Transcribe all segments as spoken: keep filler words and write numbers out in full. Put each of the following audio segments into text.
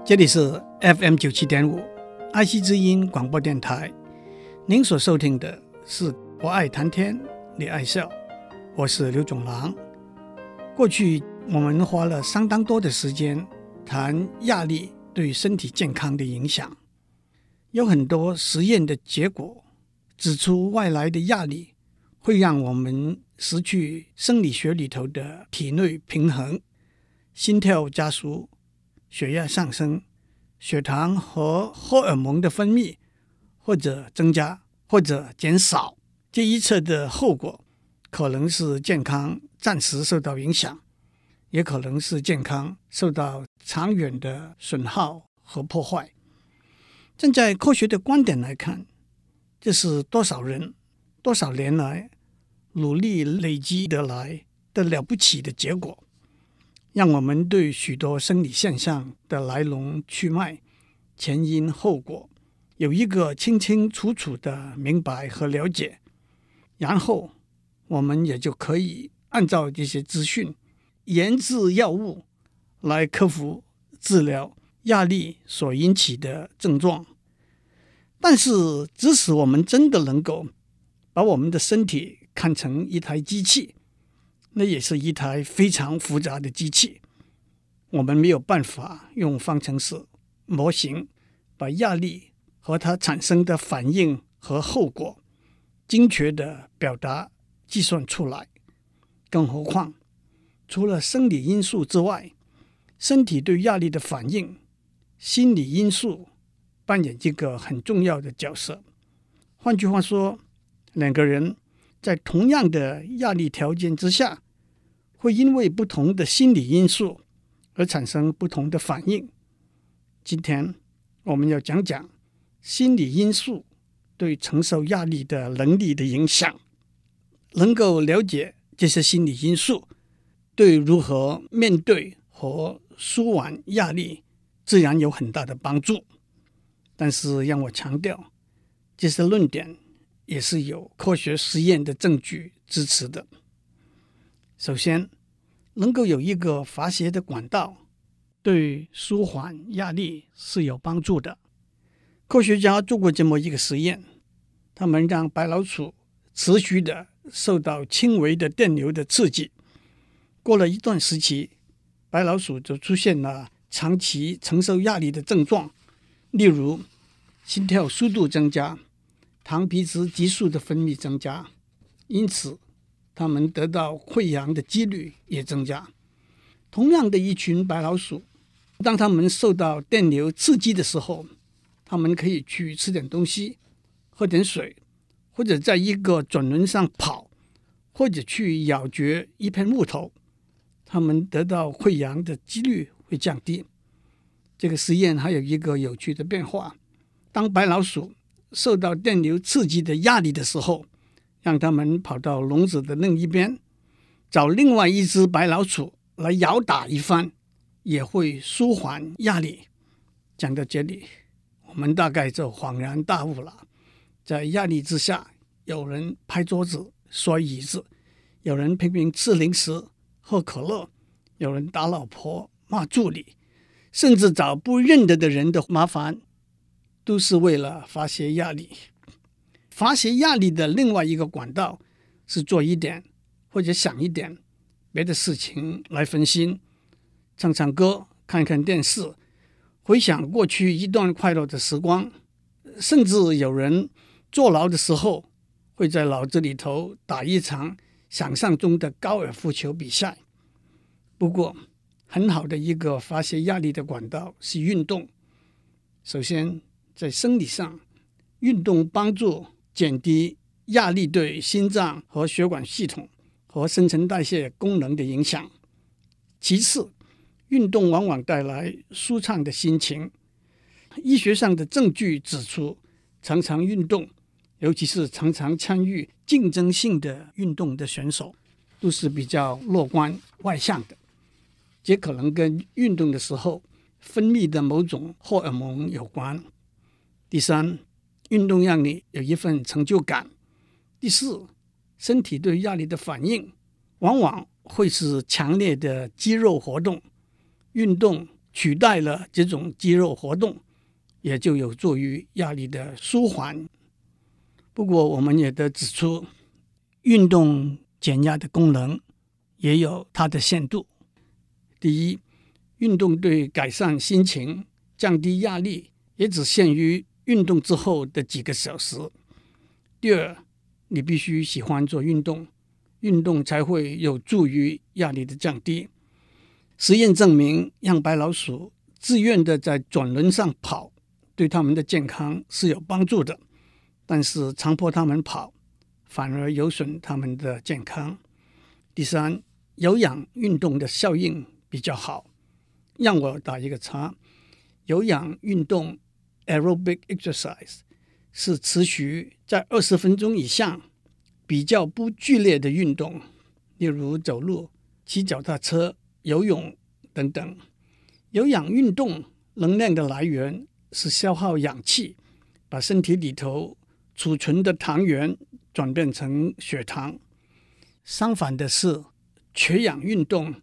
这里是 F M 九七点五爱惜之音广播电台，您所收听的是我爱谈天你爱笑，我是刘总郎。过去我们花了相当多的时间谈压力对身体健康的影响，有很多实验的结果指出外来的压力会让我们失去生理学里头的体内平衡，心跳加速，血压上升，血糖和荷尔蒙的分泌或者增加或者减少，这一切的后果可能是健康暂时受到影响，也可能是健康受到长远的损耗和破坏。站在科学的观点来看，这是多少人多少年来努力累积得来的了不起的结果，让我们对许多生理现象的来龙去脉、前因后果有一个清清楚楚的明白和了解，然后我们也就可以按照这些资讯研制药物来克服治疗压力所引起的症状。但是即使我们真的能够把我们的身体看成一台机器，那也是一台非常复杂的机器，我们没有办法用方程式模型把压力和它产生的反应和后果精确地表达计算出来。更何况除了生理因素之外，身体对压力的反应，心理因素扮演一个很重要的角色。换句话说，两个人在同样的压力条件之下，会因为不同的心理因素而产生不同的反应。今天我们要讲讲心理因素对承受压力的能力的影响。能够了解这些心理因素，对如何面对和舒缓压力自然有很大的帮助。但是让我强调，这些论点也是有科学实验的证据支持的。首先，能够有一个发泄的管道对舒缓压力是有帮助的。科学家做过这么一个实验，他们让白老鼠持续的受到轻微的电流的刺激，过了一段时期，白老鼠就出现了长期承受压力的症状，例如心跳速度增加，糖皮质激素的分泌增加，因此它们得到溃疡的几率也增加。同样的一群白老鼠，当它们受到电流刺激的时候，它们可以去吃点东西，喝点水，或者在一个转轮上跑，或者去咬嚼一片木头，它们得到溃疡的几率会降低。这个实验还有一个有趣的变化，当白老鼠受到电流刺激的压力的时候，让它们跑到笼子的另一边，找另外一只白老鼠来咬打一番，也会舒缓压力。讲到这里，我们大概就恍然大悟了。在压力之下，有人拍桌子摔椅子，有人拼命吃零食喝可乐，有人打老婆骂助理，甚至找不认得的人的麻烦，都是为了发泄压力。发泄压力的另外一个管道是做一点或者想一点别的事情来分心，唱唱歌，看看电视，回想过去一段快乐的时光，甚至有人坐牢的时候会在脑子里头打一场想象中的高尔夫球比赛。不过很好的一个发泄压力的管道是运动。首先，在生理上，运动帮助减低压力对心脏和血管系统和新陈代谢功能的影响。其次，运动往往带来舒畅的心情。医学上的证据指出，常常运动，尤其是常常参与竞争性的运动的选手，都是比较乐观外向的。这可能跟运动的时候分泌的某种荷尔蒙有关。第三，运动让你有一份成就感。第四，身体对压力的反应往往会是强烈的肌肉活动。运动取代了这种肌肉活动，也就有助于压力的舒缓。不过我们也得指出，运动减压的功能也有它的限度。第一，运动对改善心情、降低压力也只限于运动之后的几个小时。第二，你必须喜欢做运动，运动才会有助于压力的降低。实验证明，让白老鼠自愿的在转轮上跑，对他们的健康是有帮助的，但是强迫他们跑，反而有损他们的健康。第三，有氧运动的效应比较好。让我打一个叉，有氧运动 aerobic exercise 是持续在二十分钟以上，比较不剧烈的运动，例如走路、骑脚踏车、游泳等等。有氧运动能量的来源是消耗氧气，把身体里头储存的糖原转变成血糖。相反的是，缺氧运动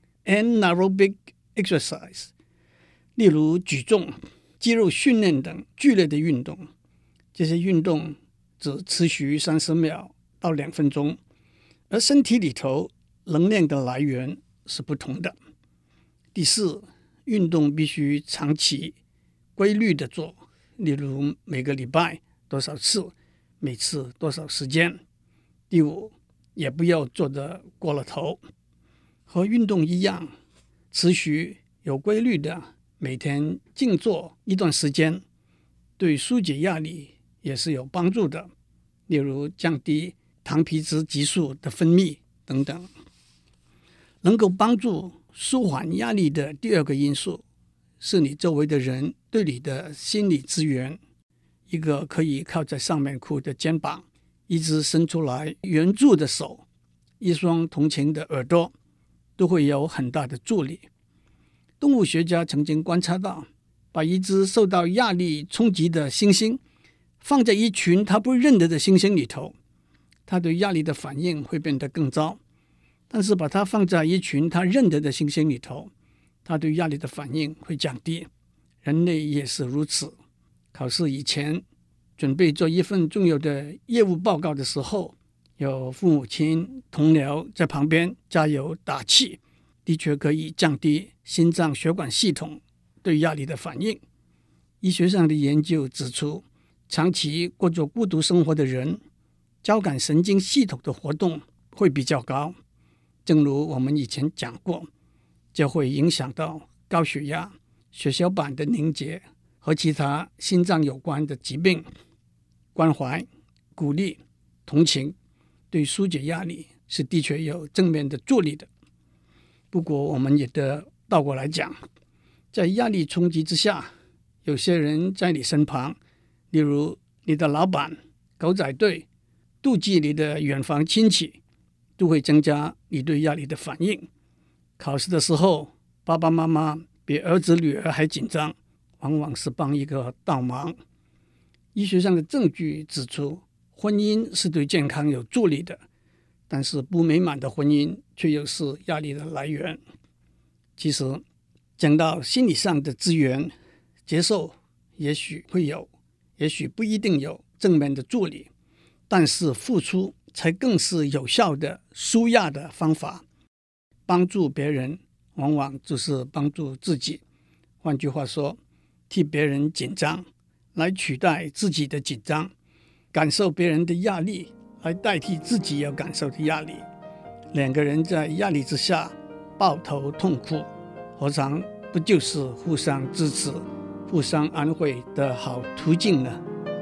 anaerobic exercise， 例如举重、肌肉训练等剧烈的运动，这些运动只持续三十秒到两分钟，而身体里头能量的来源是不同的。第四，运动必须长期规律的做，例如每个礼拜多少次，每次多少时间。第五，也不要做得过了头。和运动一样，持续有规律的每天静坐一段时间，对疏解压力也是有帮助的，例如降低糖皮质激素的分泌等等。能够帮助舒缓压力的第二个因素是你周围的人对你的心理支援。一个可以靠在上面哭的肩膀，一只伸出来援助的手，一双同情的耳朵，都会有很大的助力。动物学家曾经观察到，把一只受到压力冲击的猩猩放在一群它不认得的猩猩里头，它对压力的反应会变得更糟。但是把它放在一群它认得的猩猩里头，它对压力的反应会降低。人类也是如此。考试以前准备做一份重要的业务报告的时候，有父母亲同僚在旁边加油打气，的确可以降低心脏血管系统对压力的反应。医学上的研究指出，长期过着孤独生活的人，交感神经系统的活动会比较高。正如我们以前讲过，这会影响到高血压、血小板的凝结和其他心脏有关的疾病。关怀、鼓励、同情对疏解压力是的确有正面的助力的。不过我们也得倒过来讲，在压力冲击之下，有些人在你身旁，例如你的老板、狗仔队、妒忌你的远房亲戚，都会增加你对压力的反应。考试的时候，爸爸妈妈比儿子女儿还紧张，往往是帮一个倒忙。医学上的证据指出，婚姻是对健康有助力的，但是不美满的婚姻却又是压力的来源。其实讲到心理上的资源，接受也许会有，也许不一定有正面的助力，但是付出才更是有效的舒压的方法。帮助别人往往就是帮助自己。换句话说，替别人紧张来取代自己的紧张，感受别人的压力来代替自己要感受的压力。两个人在压力之下抱头痛哭，何尝不就是互相支持、互相安慰的好途径呢？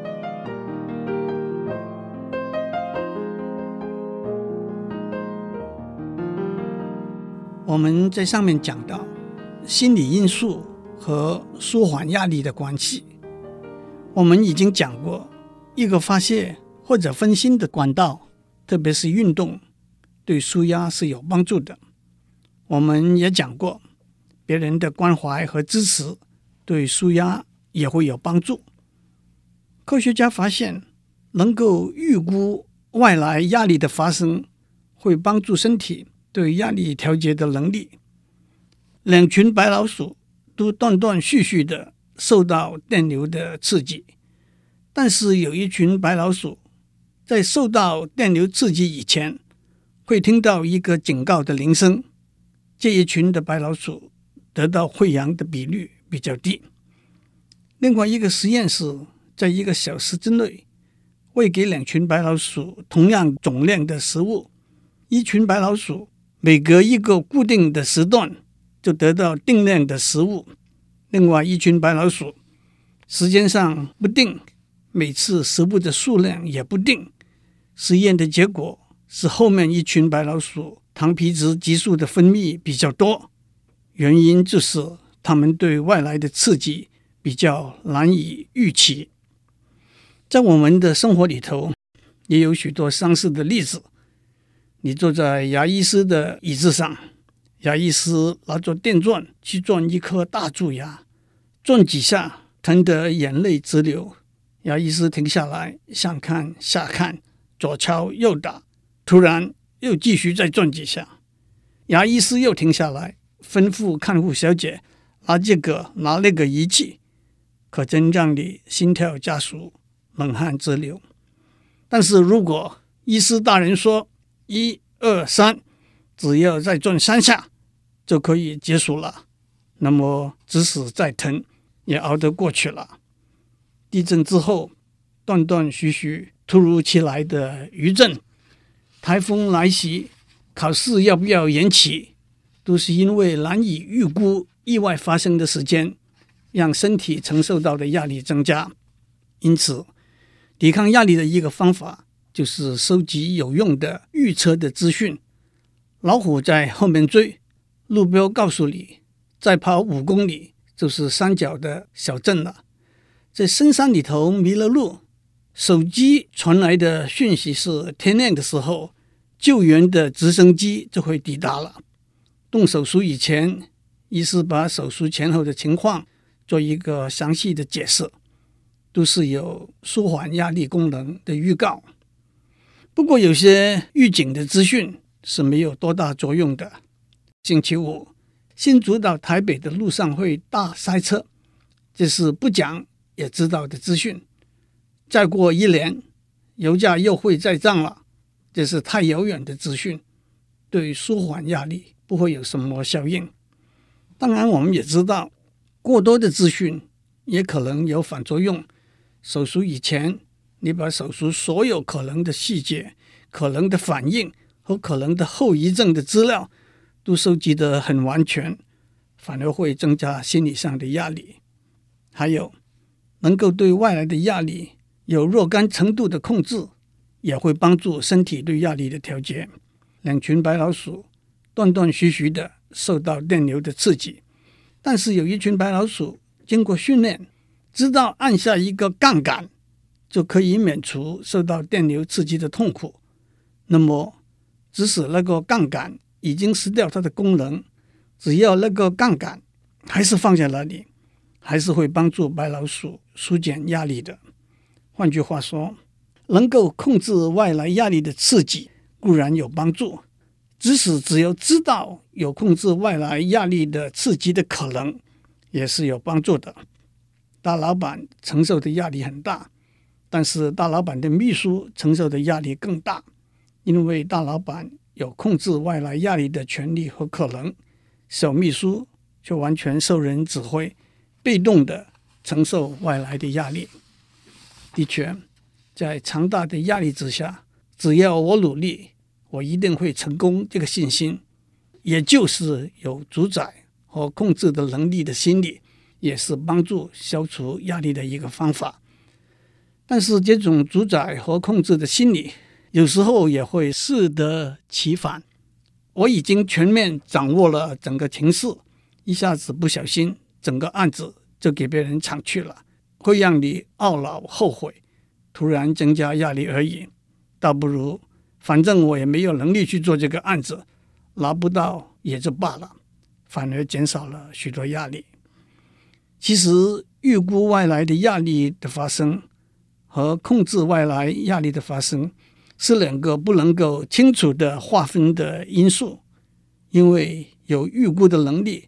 我们在上面讲到心理因素和舒缓压力的关系。我们已经讲过，一个发泄或者分心的管道，特别是运动，对舒压是有帮助的。我们也讲过，别人的关怀和支持对舒压也会有帮助。科学家发现，能够预估外来压力的发生，会帮助身体对压力调节的能力。两群白老鼠都断断续续的受到电流的刺激，但是有一群白老鼠在受到电流刺激以前会听到一个警告的铃声，这一群的白老鼠得到溃疡的比率比较低。另外一个实验是在一个小时之内喂给两群白老鼠同样总量的食物，一群白老鼠每隔一个固定的时段就得到定量的食物，另外一群白老鼠时间上不定，每次食物的数量也不定。实验的结果是后面一群白老鼠糖皮质激素的分泌比较多，原因就是它们对外来的刺激比较难以预期。在我们的生活里头也有许多相似的例子，你坐在牙医师的椅子上，牙医师拿着电钻去钻一颗大蛀牙，钻几下疼得眼泪直流，牙医师停下来上看下看，左敲右打，突然又继续再钻几下，牙医师又停下来吩咐看护小姐拿这个拿那个仪器，可真让你心跳加速，冷汗直流。但是如果医师大人说一二三，只要再转三下就可以结束了，那么即使再疼也熬得过去了。地震之后断断续续突如其来的余震，台风来袭，考试要不要延期，都是因为难以预估意外发生的时间，让身体承受到的压力增加。因此抵抗压力的一个方法就是收集有用的预测的资讯。老虎在后面追，路标告诉你再跑五公里就是山脚的小镇了。在深山里头迷了路，手机传来的讯息是天亮的时候救援的直升机就会抵达了。动手术以前，医师把手术前后的情况做一个详细的解释，都是有舒缓压力功能的预告。不过有些预警的资讯是没有多大作用的。星期五新竹到台北的路上会大塞车，这是不讲也知道的资讯。再过一年油价又会再涨了，这是太遥远的资讯，对舒缓压力不会有什么效应。当然我们也知道过多的资讯也可能有反作用。手术以前你把手术所有可能的细节、可能的反应和可能的后遗症的资料都收集得很完全，反而会增加心理上的压力。还有能够对外来的压力有若干程度的控制，也会帮助身体对压力的调节。两群白老鼠断断续续的受到电流的刺激，但是有一群白老鼠经过训练，知道按下一个杠杆就可以免除受到电流刺激的痛苦。那么即使那个杠杆已经失掉它的功能，只要那个杠杆还是放在那里，还是会帮助白老鼠疏解压力的。换句话说，能够控制外来压力的刺激固然有帮助，即使只有知道有控制外来压力的刺激的可能，也是有帮助的。大老板承受的压力很大，但是大老板的秘书承受的压力更大，因为大老板有控制外来压力的权利和可能，小秘书就完全受人指挥，被动的承受外来的压力。的确，在强大的压力之下，只要我努力，我一定会成功，这个信心，也就是有主宰和控制的能力的心理，也是帮助消除压力的一个方法。但是这种主宰和控制的心理有时候也会适得其反。我已经全面掌握了整个情势，一下子不小心整个案子就给别人抢去了，会让你懊恼后悔，突然增加压力而已。倒不如反正我也没有能力去做这个案子，拿不到也就罢了，反而减少了许多压力。其实预估外来的压力的发生和控制外来压力的发生是两个不能够清楚的划分的因素。因为有预估的能力，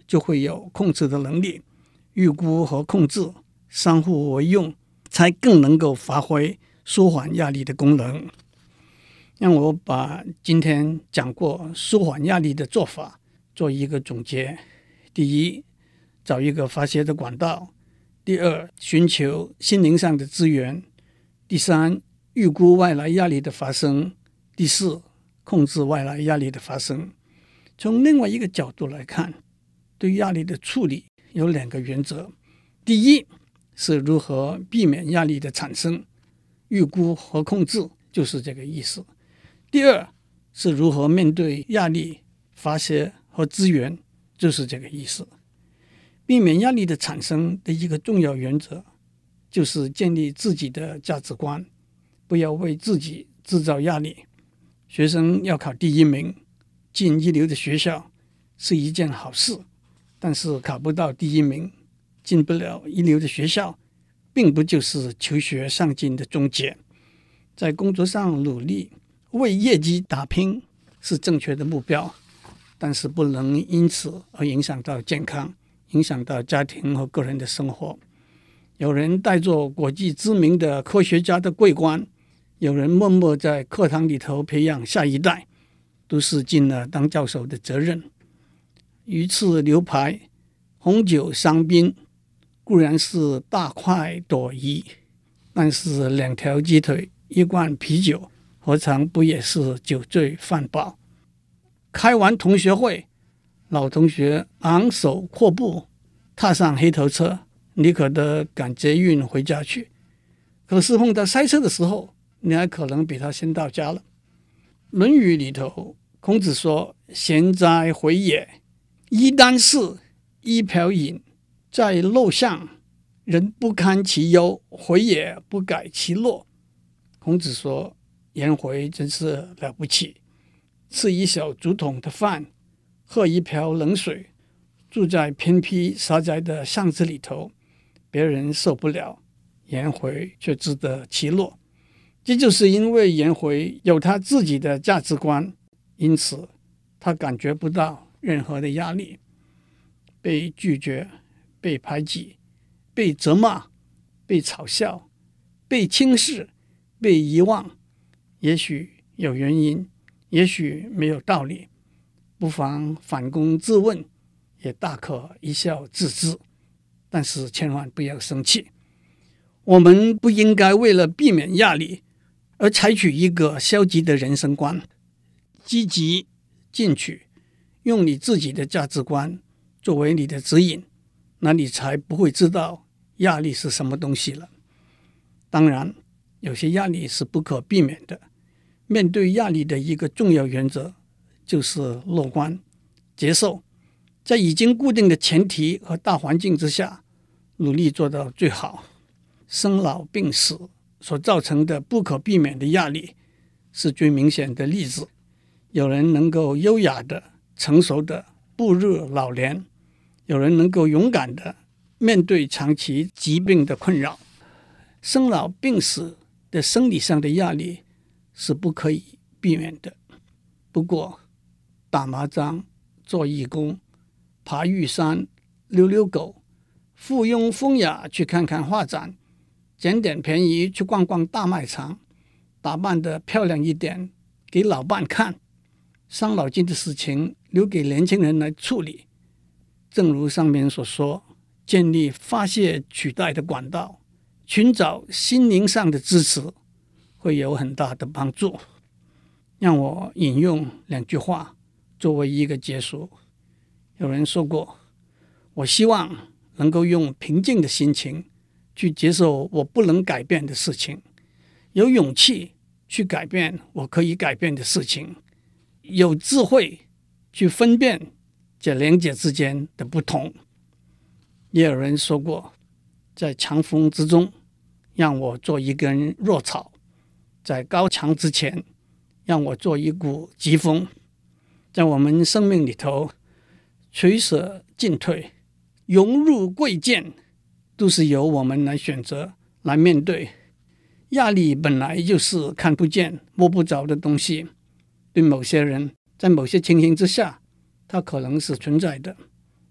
就会有控制的能力，预估和控制相互为用，才更能够发挥舒缓压力的功能。让我把今天讲过舒缓压力的做法做一个总结。第一，找一个发泄的管道；第二，寻求心灵上的资源；第三，预估外来压力的发生；第四，控制外来压力的发生。从另外一个角度来看，对压力的处理有两个原则：第一，是如何避免压力的产生，预估和控制就是这个意思；第二，是如何面对压力、发泄和资源，就是这个意思。避免压力的产生的一个重要原则，就是建立自己的价值观，不要为自己制造压力。学生要考第一名，进一流的学校是一件好事，但是考不到第一名，进不了一流的学校，并不就是求学上进的终结。在工作上努力，为业绩打拼是正确的目标，但是不能因此而影响到健康，影响到家庭和个人的生活。有人带着国际知名的科学家的桂冠，有人默默在课堂里头培养下一代，都是尽了当教授的责任。鱼翅牛排、红酒香槟固然是大快朵颐，但是两条鸡腿、一罐啤酒，何尝不也是酒醉饭饱？开完同学会，老同学昂首阔步踏上黑头车，你可得赶捷运回家去。可是碰到塞车的时候，你还可能比他先到家了。论语里头，孔子说：贤哉，回也！衣单食，衣瓢饮，在陋巷，人不堪其忧，回也不改其乐。孔子说，颜回真是了不起，吃一小竹筒的饭，喝一瓢冷水，住在偏僻狭窄的巷子里头，别人受不了，颜回却自得其乐。这就是因为颜回有他自己的价值观，因此他感觉不到任何的压力。被拒绝、被排挤、被责骂、被嘲笑、被轻视、被遗忘，也许有原因，也许没有道理，不妨反躬自问，也大可一笑置之。但是千万不要生气，我们不应该为了避免压力而采取一个消极的人生观，积极进取，用你自己的价值观作为你的指引，那你才不会知道压力是什么东西了。当然，有些压力是不可避免的。面对压力的一个重要原则就是乐观、接受，在已经固定的前提和大环境之下，努力做到最好。生老病死所造成的不可避免的压力是最明显的例子。有人能够优雅的、成熟的步入老年，有人能够勇敢的面对长期疾病的困扰。生老病死的生理上的压力是不可以避免的。不过，打麻将、做义工、爬玉山、遛遛狗、附庸风雅去看看画展，捡点便宜去逛逛大卖场，打扮得漂亮一点给老伴看，伤脑筋的事情留给年轻人来处理。正如上面所说，建立发泄取代的管道，寻找心灵上的支持，会有很大的帮助。让我引用两句话作为一个结束。有人说过，我希望能够用平静的心情去接受我不能改变的事情，有勇气去改变我可以改变的事情，有智慧去分辨这两者之间的不同。也有人说过，在强风之中，让我做一根弱草；在高墙之前，让我做一股疾风。在我们生命里头，取舍进退、荣辱贵贱，都是由我们来选择、来面对。压力本来就是看不见、摸不着的东西，对某些人，在某些情形之下，它可能是存在的。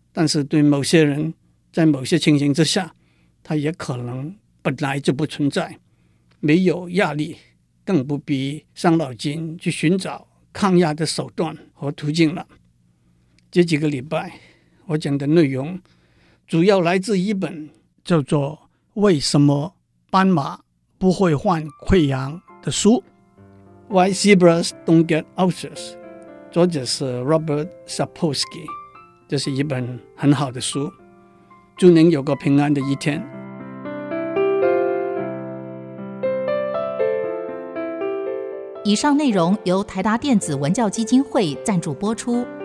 但是对某些人，在某些情形之下，它也可能本来就不存在，没有压力，更不必伤脑筋去寻找抗压的手段和途径了。这几个礼拜我讲的内容主要来自一本叫做《为什么斑马不会患溃疡》的书， Why Zebras Don't Get Ulcers， 作者是 Robert Sapolsky， 这是一本很好的书。祝您有个平安的一天。 以上内容由台达电子文教基金会赞助播出。